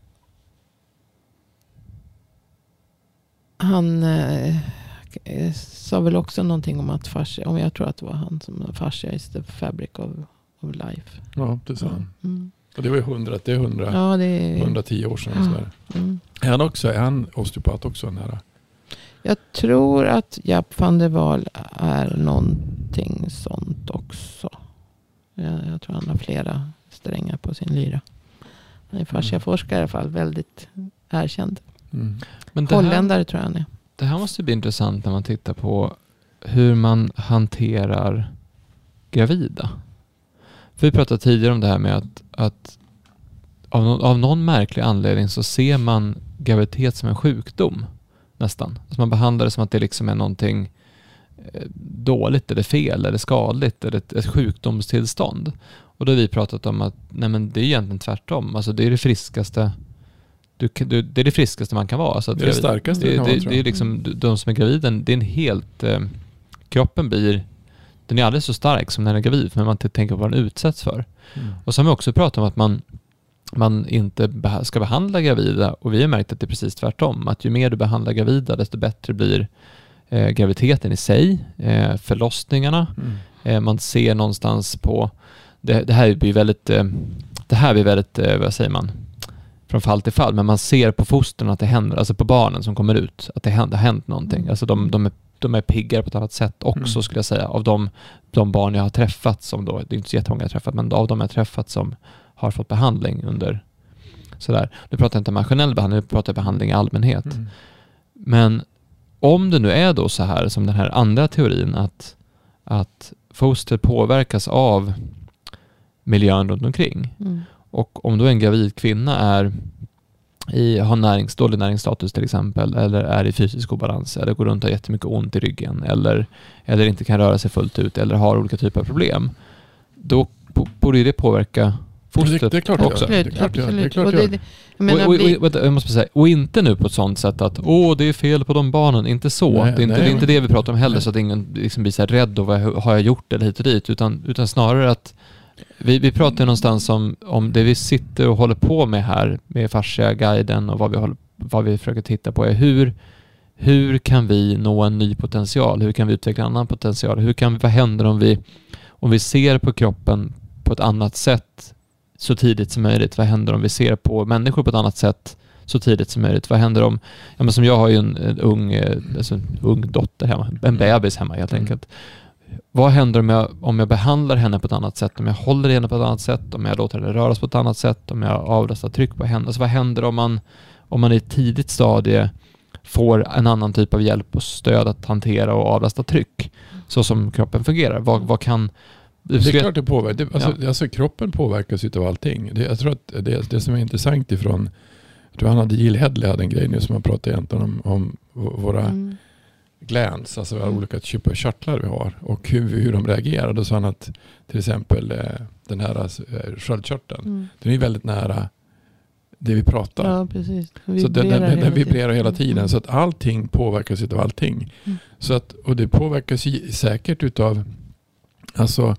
han eh, sa väl också någonting om att fascia, om jag tror att det var han som fascia is the fabric of, of life. Ja, det sa han. Mm. Och det var ju hundra, det är hundra, Ja, det är, hundratio år sedan. Ja. Sådär. mm. Är han också, är han osteopat också? Nära? Jag tror att Jaap van der Wal är någonting sånt också. Jag, jag tror han har flera strängar på sin lyra. En fasciaforskare i alla fall, väldigt erkänd. Mm. Men det Holländare här, tror jag han är. det här måste bli intressant när man tittar på hur man hanterar gravida. För vi pratade tidigare om det här med att, att av, någon, av någon märklig anledning så ser man graviditet som en sjukdom nästan. Alltså man behandlar det som att det liksom är någonting eh, dåligt eller fel eller skadligt eller ett, ett sjukdomstillstånd. Och då har vi pratat om att nej men det är egentligen tvärtom. Alltså det är det friskaste du, du, det är det friskaste man kan vara. Alltså att det är det starkaste det, du kan det, vara, det, tror det är jag. liksom de som är gravida, det är en helt eh, kroppen blir den är aldrig så stark som när den är gravid för man tänker på vad den utsätts för. Mm. Och så har vi också pratat om att man man inte beha- ska behandla gravida och vi har märkt att det är precis tvärtom. Att ju mer du behandlar gravida desto bättre blir eh, graviditeten i sig, eh, förlossningarna. Mm. Eh, man ser någonstans på det, det här blir väldigt eh, det här blir väldigt, eh, vad säger man, från fall till fall, men man ser på fostren att det händer, alltså på barnen som kommer ut, att det händer, har hänt någonting. Mm. Alltså de, de, är, de är piggare på ett annat sätt också Mm. skulle jag säga. Av de, de barn jag har träffat, som då, det är inte så jättemånga jag har träffat, men av de jag har träffat som har fått behandling under sådär. Nu pratar jag inte om maskinell behandling, nu pratar jag behandling i allmänhet. Mm. Men om det nu är då så här som den här andra teorin att, att foster påverkas av miljön runt omkring. Mm. Och om då en gravid kvinna är i, har närings, dålig näringsstatus till exempel, eller är i fysisk obalans, eller går runt och har jättemycket ont i ryggen, eller, eller inte kan röra sig fullt ut, eller har olika typer av problem, då borde det påverka fostret det, det är klart det också. gör. Det är klart det gör. Det är klart Och det gör. det- jag menar, och, och, vi- och, vänta, jag måste säga, och inte nu på ett sånt sätt att åh, det är fel på de barnen. Inte så. Nej, det, är inte, nej. det är inte det vi pratar om heller, Nej. så att ingen liksom blir så här rädd och vad har jag gjort eller hit och dit. Utan, utan snarare att vi, vi pratar ju någonstans om, om det vi sitter och håller på med här med fasciaguiden och vad vi, håller, vad vi försöker titta på är hur, hur kan vi nå en ny potential? Hur kan vi utveckla en annan potential? Hur kan, vad händer om vi, om vi ser på kroppen på ett annat sätt så tidigt som möjligt? Vad händer om vi ser på människor på ett annat sätt så tidigt som möjligt? Vad händer om, ja men som jag har ju en, en ung, eh, alltså en ung dotter hemma, en bebis hemma helt Mm. enkelt. Vad händer om jag, om jag behandlar henne på ett annat sätt, om jag håller henne på ett annat sätt, om jag låter henne röras på ett annat sätt, om jag avlastar tryck på henne? Alltså vad händer om man, om man i ett tidigt stadie får en annan typ av hjälp och stöd att hantera och avlasta tryck så som kroppen fungerar? Vad, vad kan... Det är klart det påverkar. Det, alltså, Ja. alltså kroppen påverkas utav allting. Det, jag tror att det, det som är intressant ifrån, jag tror han hade Jill Hedley hade en grej nu som han pratade egentligen om, om våra Mm. glands, alltså våra Mm. olika typer av körtlar vi har och hur, hur de reagerar. Då sa han att till exempel eh, den här eh, sköldkörteln, Mm. den är väldigt nära det vi pratar. Ja, precis. Så den, den, den hela vibrerar hela tiden. Mm. Så att allting påverkas utav allting. Mm. Så att, och det påverkas ju säkert utav, alltså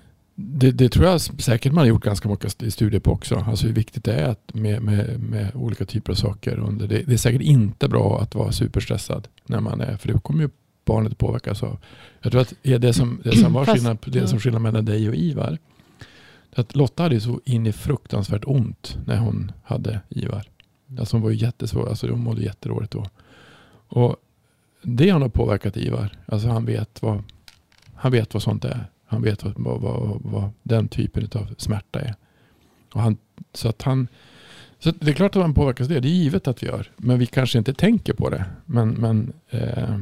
det, det tror jag säkert man har gjort ganska mycket studier på också. Alltså hur viktigt det är att med, med, med olika typer av saker. Under det, det är säkert inte bra att vara superstressad när man är, för det kommer ju barnet påverkas av. Jag tror att det som, det som var Fast- skillnad, det som skillnad mellan dig och Ivar, att Lotta hade ju så in i fruktansvärt ont när hon hade Ivar. Alltså hon var ju jättesvår, alltså hon mådde jättedåligt då. Och det har nog påverkat Ivar. Alltså han vet vad, han vet vad sånt är. Han vet vad, vad, vad, vad den typen av smärta är. Och han, så att han, så det är klart att man påverkas det. Det är givet att vi gör. Men vi kanske inte tänker på det. Men, men eh,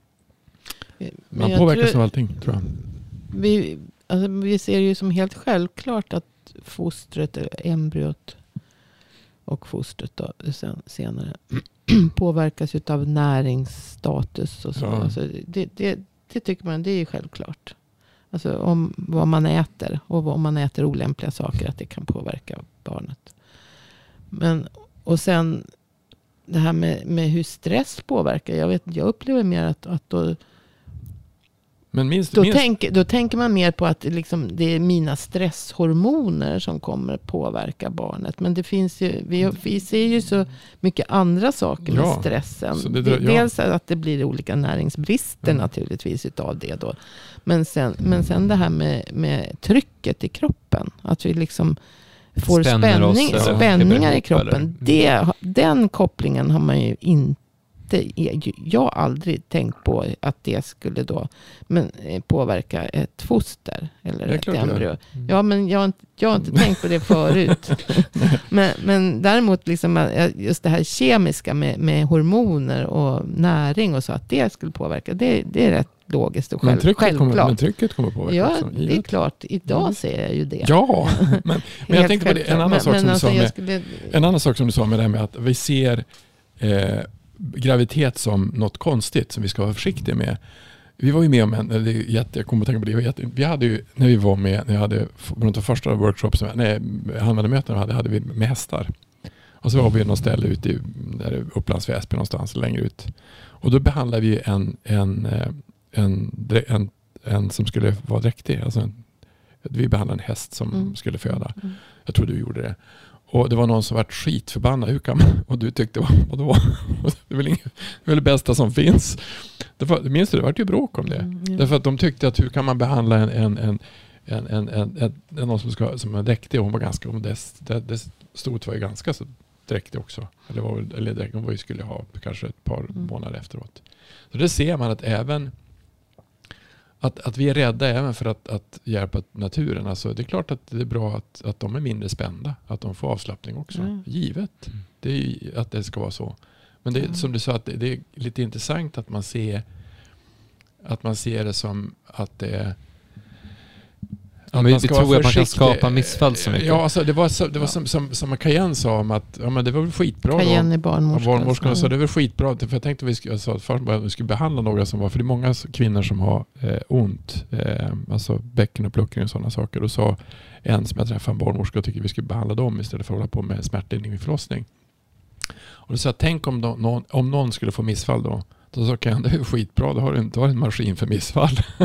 Men man jag påverkas tror- av allting, tror jag. Vi, alltså, vi ser ju som helt självklart att fostret, eller embryot och fostret då, sen, senare påverkas av näringsstatus och så. Ja. Alltså, det, det, det tycker man, det är ju självklart. Alltså om vad man äter och om man äter olämpliga saker, att det kan påverka barnet. Men, och sen det här med, med hur stress påverkar. Jag, vet, jag upplever mer att, att då Men minst, Då, minst, tänk, då tänker man mer på att det, liksom, det är mina stresshormoner som kommer påverka barnet. Men det finns ju, vi, vi ser ju så mycket andra saker med Ja, stressen. så det- Det, ja. Dels att det blir olika näringsbrister Mm. naturligtvis utav det då. Men sen, men sen det här med, med trycket i kroppen. Att vi liksom får Spänner oss, spänning, eller spänningar klipper i ihop, kroppen. eller? Det, den kopplingen har man ju inte inte, jag har aldrig tänkt på att det skulle då men, påverka ett foster eller ett embryo. Mm. Ja, men jag har inte, jag har inte tänkt på det förut. men, men däremot liksom just det här kemiska med, med hormoner och näring och så, att det skulle påverka, det, det är rätt logiskt och själv, men trycket självklart. Kommer, men trycket kommer påverka ja, också. Det är klart. Idag mm. ser jag ju det. Ja, men, men jag tänkte på det, en annan, men, sak som men, du alltså, sa med, skulle... en annan sak som du sa med det här med att vi ser eh, graviditet som något konstigt som vi ska vara försiktiga med. Vi var ju med om en, det är jätte, jag kommer att tänka på det, var jätte, vi hade ju, när vi var med, när jag hade, på de första workshops, nej, handmöten hade, hade vi med hästar. Och så var vi någon ställe ute i där Upplands Väsby någonstans längre ut. Och då behandlade vi en, en, en, en, en som skulle vara dräktig. Alltså en, vi behandlade en häst som mm. skulle föda. Mm. Jag tror du gjorde det. Och det var någon som var skitförbannad. Hur kan man? Och du tyckte, vadå? Det är väl, inget, det, är väl det bästa som finns. Det var, minns du, det var ju bråk om det. Mm, ja. Därför att de tyckte att hur kan man behandla en, en, en, en, en, en, en, en någon som, ska, som är dräktig. Och hon var ganska, och det, det, det stod var ju ganska så dräktig också. Eller, var, eller dräktig, hon var ju skulle ha kanske ett par mm. månader efteråt. Så det ser man att även Att, att vi är rädda även för att, att hjälpa naturen. Alltså, det är klart att det är bra att, att de är mindre spända. Att de får avslappning också. Mm. Givet. Mm. Det är ju, att det ska vara så. Men det är, mm. som du sa, att det, det är lite intressant att man ser att man ser det som att det är Ja, men vi tror att man kan skapa missfall så mycket. Ja, alltså det var, så, det var ja. som, som, som Cayenne sa om att ja, men det var väl skitbra. Cayenne är barnmorskan. Barnmorskan sa det var skitbra. För jag tänkte att vi skulle, alltså, först bara, vi skulle behandla några som var, för det är många kvinnor som har eh, ont. Eh, alltså bäcken och pluckning och sådana saker. Och sa en som jag träffade en barnmorska och tyckte att vi skulle behandla dem istället för att hålla på med smärtlindring vid förlossning. Och då sa jag, tänk om, då, någon, om någon skulle få missfall då. Då sa kan det är skitbra, då har du en, en maskin för missfall.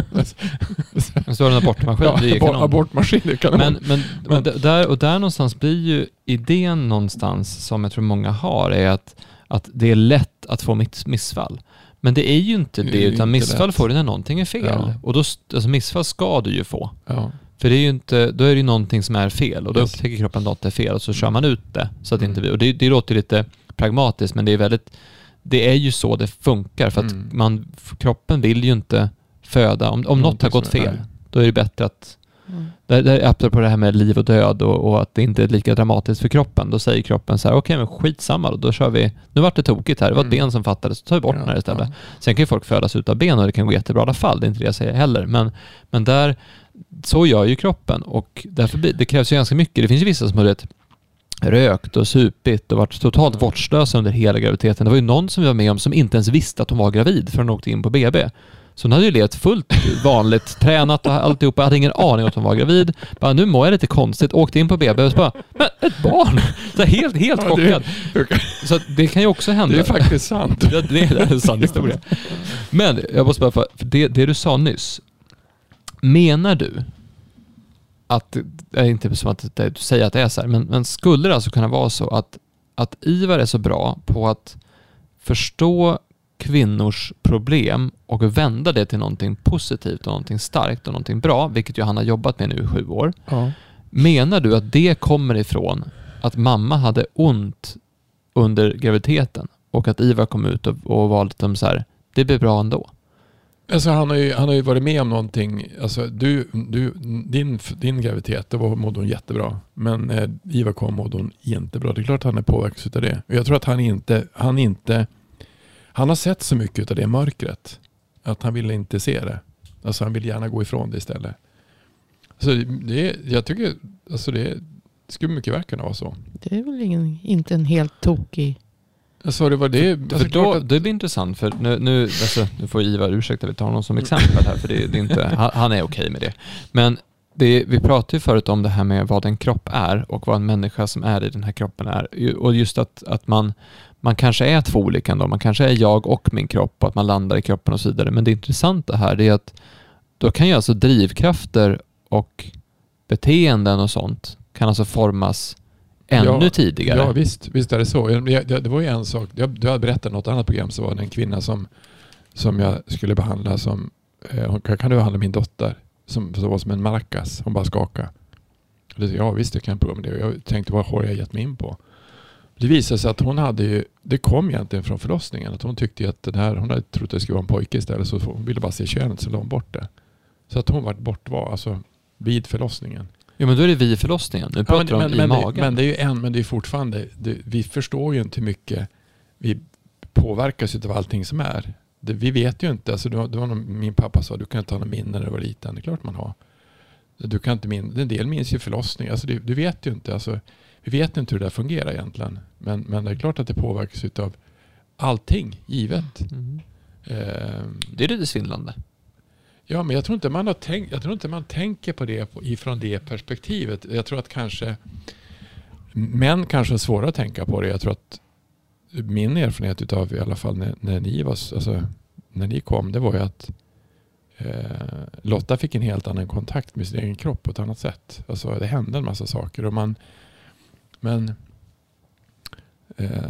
Så har du en abortmaskin, ja, det är abort, abortmaskin, det är kanon. Men, men, men där, och där någonstans blir ju idén någonstans som jag tror många har är att, att det är lätt att få missfall. Men det är ju inte det, det utan missfall lätt. Får du när någonting är fel. Ja. Och då, alltså missfall ska du ju få. Ja. För det är ju inte, då är det ju någonting som är fel och då yes. upptäcker kroppen att något är fel och så kör man ut det. Så att mm. inte, och det, det låter lite pragmatiskt, men det är väldigt det är ju så det funkar för att mm. man, kroppen vill ju inte föda. Om, om något har gått fel, nej. Då är det bättre att mm. där, där är på det här med liv och död och, och att det inte är lika dramatiskt för kroppen. Då säger kroppen så här, okej okay, men skitsamma då, då kör vi, nu vart det tokigt här, det var ett mm. ben som fattades, så tar vi bort ja, den här istället. Ja. Sen kan ju folk födas ut av ben och det kan gå jättebra i alla fall, det är inte det jag säger heller. Men, men där, så gör ju kroppen och därför blir, det krävs ju ganska mycket. Det finns ju vissa som har det rökt och supit och varit totalt vårdslösa under hela graviditeten. Det var ju någon som vi var med om som inte ens visste att hon var gravid förrän hon åkte in på B B. Så hon hade ju levt fullt vanligt, tränat och alltihopa. Jag hade ingen aning att hon var gravid. Bara, nu mår jag lite konstigt. Åkte in på B B och så bara, men ett barn! Så helt, helt ja, chockad. Det, så det kan ju också hända. Det är faktiskt sant. Ja, det är en sann historia. Men jag måste bara, för det, det du sa nyss. Menar du att, det är inte som att du säger att det är så här, men, men skulle det alltså kunna vara så att, att Ivar är så bra på att förstå kvinnors problem och vända det till någonting positivt och någonting starkt och någonting bra, vilket ju han har jobbat med nu i sju år. Ja. Menar du att det kommer ifrån att mamma hade ont under graviditeten och att Ivar kom ut och, och var lite så här, det blir bra ändå? Alltså han har ju, han har ju varit med om någonting. Alltså du, du, din, din graviditet, då mådde hon jättebra. Men eh, Ivar kom mådde hon inte bra. Det är klart att han är påverkad av det. Och jag tror att han inte, han inte, han har sett så mycket av det mörkret att han vill inte se det. Alltså han vill gärna gå ifrån det istället. Så det är, jag tycker, alltså det skulle mycket väl kunna vara så. Det är väl ingen, inte en helt tokig. Alltså det var det. För, för då, att... det blir intressant för nu, nu, alltså, nu får Ivar ursäkta, vi tar honom som exempel här för det, det är inte, han, han är okej med det. Men det, vi pratade ju förut om det här med vad en kropp är och vad en människa som är i den här kroppen är. Och just att, att man, man kanske är två olika ändå. Man kanske är jag och min kropp och att man landar i kroppen och så vidare. Men det intressanta här är att då kan ju alltså drivkrafter och beteenden och sånt kan alltså formas ännu ja, tidigare. Ja, visst, visst är det så. Jag, jag, det var ju en sak, jag, du hade berättat något annat program, så var det en kvinna som, som jag skulle behandla som, eh, kan, kan du behandla min dotter? Som, som var som en maracas, hon bara skakade. Ja visst, jag kan prova med det. Jag tänkte, vad har jag gett mig in på? Det visade sig att hon hade ju, det kom egentligen från förlossningen, att hon tyckte att den här, hon hade trott att det skulle vara en pojke istället, så hon ville bara se könet, så la hon bort det. Så att hon var bortvar, alltså vid förlossningen. Ja, men då är det vid förlossningen. Nu pratar ja, men, de men, i men magen. Det, men det är ju en, men det är fortfarande, det, vi förstår ju inte hur mycket vi påverkas av allting som är. Det, vi vet ju inte, alltså det var, det var någon, min pappa sa, du kan inte ha någon minne när du var liten. Det är klart man har. Du kan inte minna, en del minns ju förlossning, alltså det, du vet ju inte, alltså vi vet inte hur det där fungerar egentligen. Men, men det är klart att det påverkas av allting, givet. Mm. Eh, Det är lite svindlande. ja, men jag tror inte man har tänkt, jag tror inte man tänker på det på, ifrån det perspektivet. Jag tror att kanske män kanske är svåra att tänka på det. Jag tror att min erfarenhet utav, i alla fall när, när ni var, alltså när ni kom, det var ju att eh, Lotta fick en helt annan kontakt med sin egen kropp på ett annat sätt. Alltså det hände en massa saker och man men eh,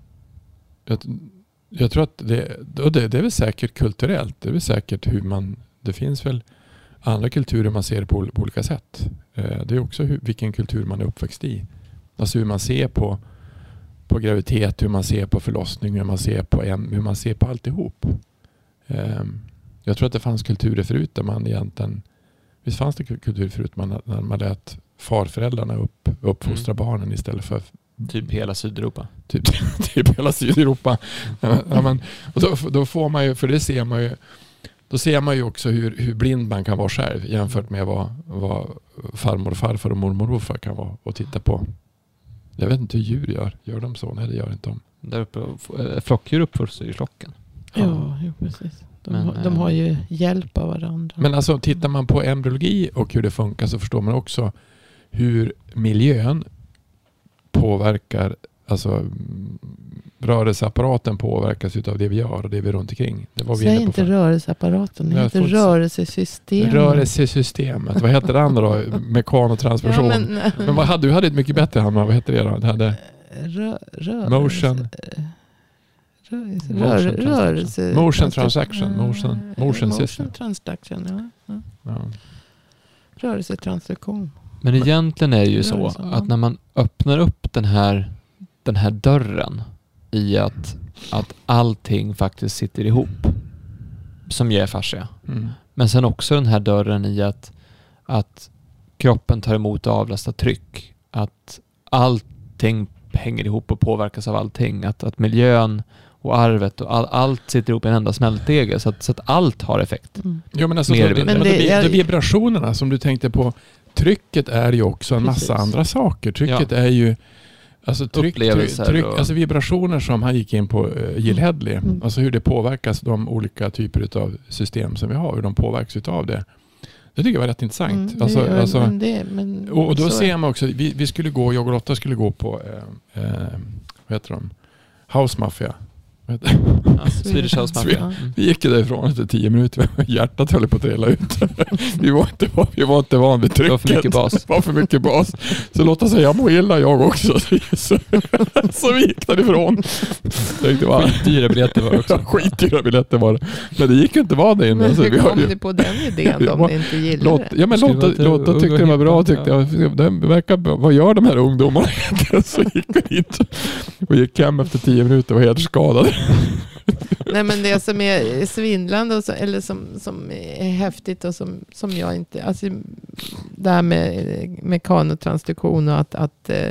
jag, jag tror att det, och det, det är väl säkert kulturellt. Det är väl säkert hur man, det finns väl andra kulturer man ser på, på olika sätt. Eh, det är också hur, vilken kultur man är uppväxt i. Alltså hur man ser på på graviditet, hur man ser på förlossning, hur man ser på em, hur man ser på alltihop. Eh, jag tror att det fanns kulturer förut där man egentligen, visst fanns det kulturer förut man, när man lät farföräldrarna upp, uppfostra mm. barnen istället för typ hela Sydeuropa. Typ, typ hela Sydeuropa. Ja, men, och då, då får man ju, för det ser man ju, då ser man ju också hur, hur blind man kan vara själv jämfört med vad, vad farmor och farfar och mormor och morfar kan vara och titta på. Jag vet inte hur djur gör. Gör de så? Nej, det gör inte de. Där uppe, flockdjur uppförs i flocken. Ja, ja, ja precis. De, men, har, de har ju hjälp av varandra. Men alltså tittar man på embryologi och hur det funkar så förstår man också hur miljön påverkar, alltså rörelseapparaten påverkas utav det vi gör och det vi är runt omkring. Det var vi Säg inne på inte för. rörelseapparaten, det heter rörelsesystemet. Rörelsesystemet. Vad heter det andra då? Mekanotransmission. Ja, men men vad hade, du hade ett mycket bättre hand. Vad heter det då? Det hade rö, rö, motion. Rörelse, rörelse, rörelse, motion transaction. Motion, motion, motion system. Transaction, ja. ja. ja. Rörelsetransaktion. Men egentligen är det ju så att när man öppnar upp den här, den här dörren i att, att allting faktiskt sitter ihop som ger fascia. Mm. Men sen också den här dörren i att, att kroppen tar emot och avlastar tryck. Att allting hänger ihop och påverkas av allting. Att, att miljön och arvet och all, allt sitter ihop i en enda smältdegel så att, så att allt har effekt. Mm. Jo, men alltså, så, det, men det, det, det vibrationerna som du tänkte på, trycket är ju också en massa Precis. andra saker. Trycket ja. är ju alltså tryck, tryck, tryck och... alltså vibrationer som han gick in på uh, Jill Hedley. Mm. Alltså hur det påverkas, de olika typer av system som vi har, hur de påverkas utav det. Det tycker jag var rätt intressant. Mm, alltså, det, alltså, men det, men och, och då ser är... man också, vi, vi skulle gå, jag och Lotta skulle gå på eh, eh, vad heter de? House Mafia. Ja, Swedish House Mafia. Mm. Vi gick därifrån efter tio minuter. Hjärtat höll på att trilla ut. vi, var inte, vi var inte van vid trycket. Det var för mycket bas. Det var för mycket bas. Så Lotta säga, jag mår illa jag också. Så, så vi gick därifrån. Skitdyra biljetter var det också. Skitdyra biljetter var det. Men det gick ju inte vara det inne. Men hur så vi kom ju... ni på den idén om ni inte gillade Lotta, ja, men Lotta, Lotta tyckte det var bra. Tyckte jag, det verkar, vad gör de här ungdomarna? Så gick vi dit. Och gick hem efter tio minuter och var helt skadade. Nej, men det som är svindlande och så, eller som, som är häftigt och som, som jag inte, alltså det här med mekanotransduktion och att, att eh,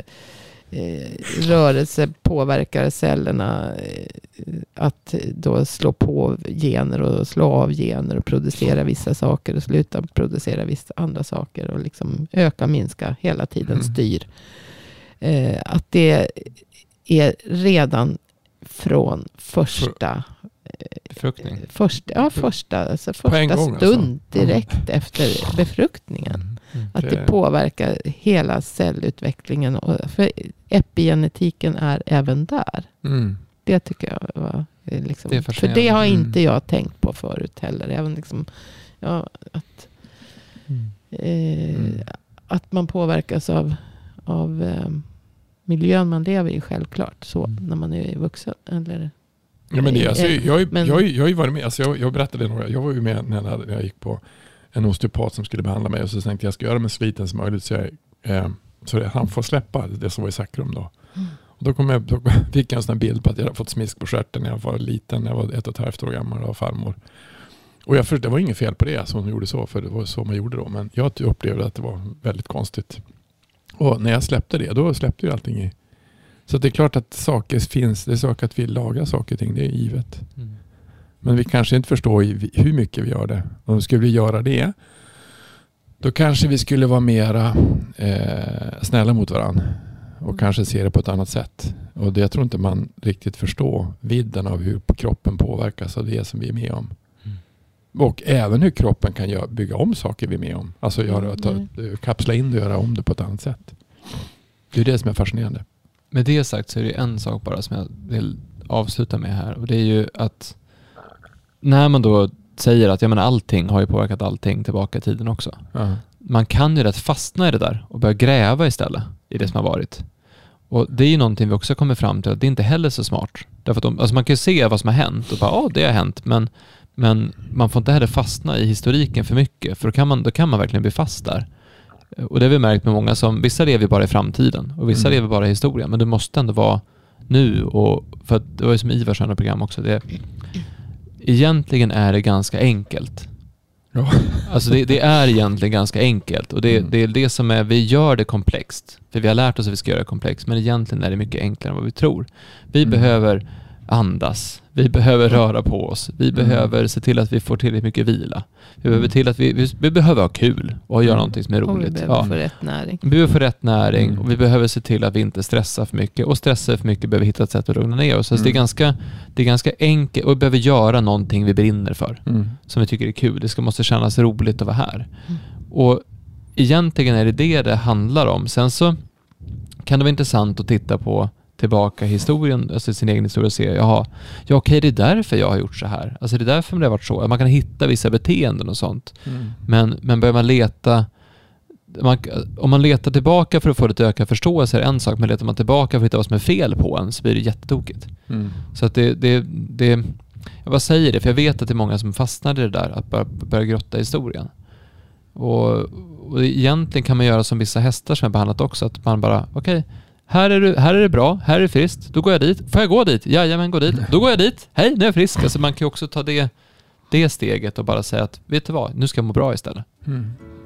rörelse påverkar cellerna, eh, att då slå på gener och slå av gener och producera vissa saker och sluta producera vissa andra saker och liksom öka, minska, hela tiden styr. Eh, att det är redan från första befruktning. Första, ja, första, alltså första gång, stund alltså. direkt mm. efter befruktningen. Mm. Att det påverkar hela cellutvecklingen. Och för epigenetiken är även där. Mm. Det tycker jag var liksom, det för det har inte mm. jag tänkt på förut heller. Även liksom, ja, att, mm. Eh, mm. att man påverkas av, av eh, miljön man lever i, självklart så mm. när man är vuxen eller ja, men det, alltså, jag, jag, men, jag, jag har ju varit med, alltså, jag, jag berättade några, jag var ju med när jag, när jag gick på en osteopat som skulle behandla mig och så tänkte jag ska göra mig så liten som möjligt så, jag, eh, så han får släppa det som var i sakrum då. Mm. Och Då, kom jag, då fick jag en sån här bild på att jag hade fått smisk på stjärten när jag var liten. När jag var ett och ett halvt år gammal av farmor. Och jag förstod, det var inget fel på det som hon gjorde så. För det var så man gjorde då. Men jag upplevde att det var väldigt konstigt. Och när jag släppte det, då släppte ju allting i. Så det är klart att saker finns. Det är saker att vi lagar saker och ting. Det är givet. Mm. Men vi kanske inte förstår hur mycket vi gör det. Om skulle vi göra det, då kanske vi skulle vara mera eh, snälla mot varandra. Och kanske se det på ett annat sätt. Och det, jag tror inte man riktigt förstår vidden av hur kroppen påverkas av det som vi är med om. Mm. Och även hur kroppen kan göra, bygga om saker vi är med om. Alltså göra, ta, kapsla in det och göra om det på ett annat sätt. Det är det som är fascinerande. Med det sagt så är det en sak bara som jag vill avsluta med här. Och det är ju att när man då säger att jag menar, allting har ju påverkat allting tillbaka i tiden också. Uh-huh. Man kan ju rätt fastna i det där och börja gräva istället i det som har varit. Och det är ju någonting vi också kommer fram till att det är inte heller så smart. Därför att de, alltså man kan ju se vad som har hänt och bara, ja, det har hänt. Men, men man får inte heller fastna i historiken för mycket. För då kan man, då kan man verkligen bli fast där. Och det har vi märkt med många som, vissa lever bara i framtiden och vissa mm. lever bara i historien. Men det måste ändå vara nu. Och för att det var ju som Ivars andra program också. Det, egentligen är det ganska enkelt. Ja. Alltså det, det är egentligen ganska enkelt. Och det, mm. det är det som är, vi gör det komplext. För vi har lärt oss att vi ska göra det komplext. Men egentligen är det mycket enklare än vad vi tror. Vi mm. behöver andas. Vi behöver röra på oss. Vi mm. behöver se till att vi får tillräckligt mycket vila. Vi behöver till att vi, vi, vi behöver ha kul och göra mm. någonting som är roligt. Och vi behöver ja. få rätt näring. Vi behöver få rätt näring mm. och vi behöver se till att vi inte stressar för mycket. Och stressar för mycket behöver vi hitta ett sätt att lugna ner oss. Så mm. det är ganska, det är ganska enkelt och vi behöver göra någonting vi brinner för. Mm. Som vi tycker är kul. Det ska måste kännas roligt att vara här. Mm. Och egentligen är det det det handlar om. Sen så kan det vara intressant att titta på tillbaka historien, alltså sin egen historia och se, jaha, ja okej, det är därför jag har gjort så här. Alltså det är därför det har varit så. Man kan hitta vissa beteenden och sånt. Mm. Men, men börjar man leta man, om man letar tillbaka för att få lite ökad förståelse är en sak, men letar man tillbaka för att hitta vad som är fel på en så blir det jättetokigt. Mm. Så att det, det, det jag bara säger det, för jag vet att det är många som fastnar i det där, att börja, börja grotta i historien. Och, och egentligen kan man göra som vissa hästar som jag behandlat också, att man bara, okej, okay, Här är, det, här är det bra, här är det friskt, då går jag dit. Får jag gå dit? Jajamän, gå dit. Då går jag dit. Hej, nu är jag frisk. Alltså man kan ju också ta det, det steget och bara säga att, vet du vad, nu ska jag må bra istället. Mm.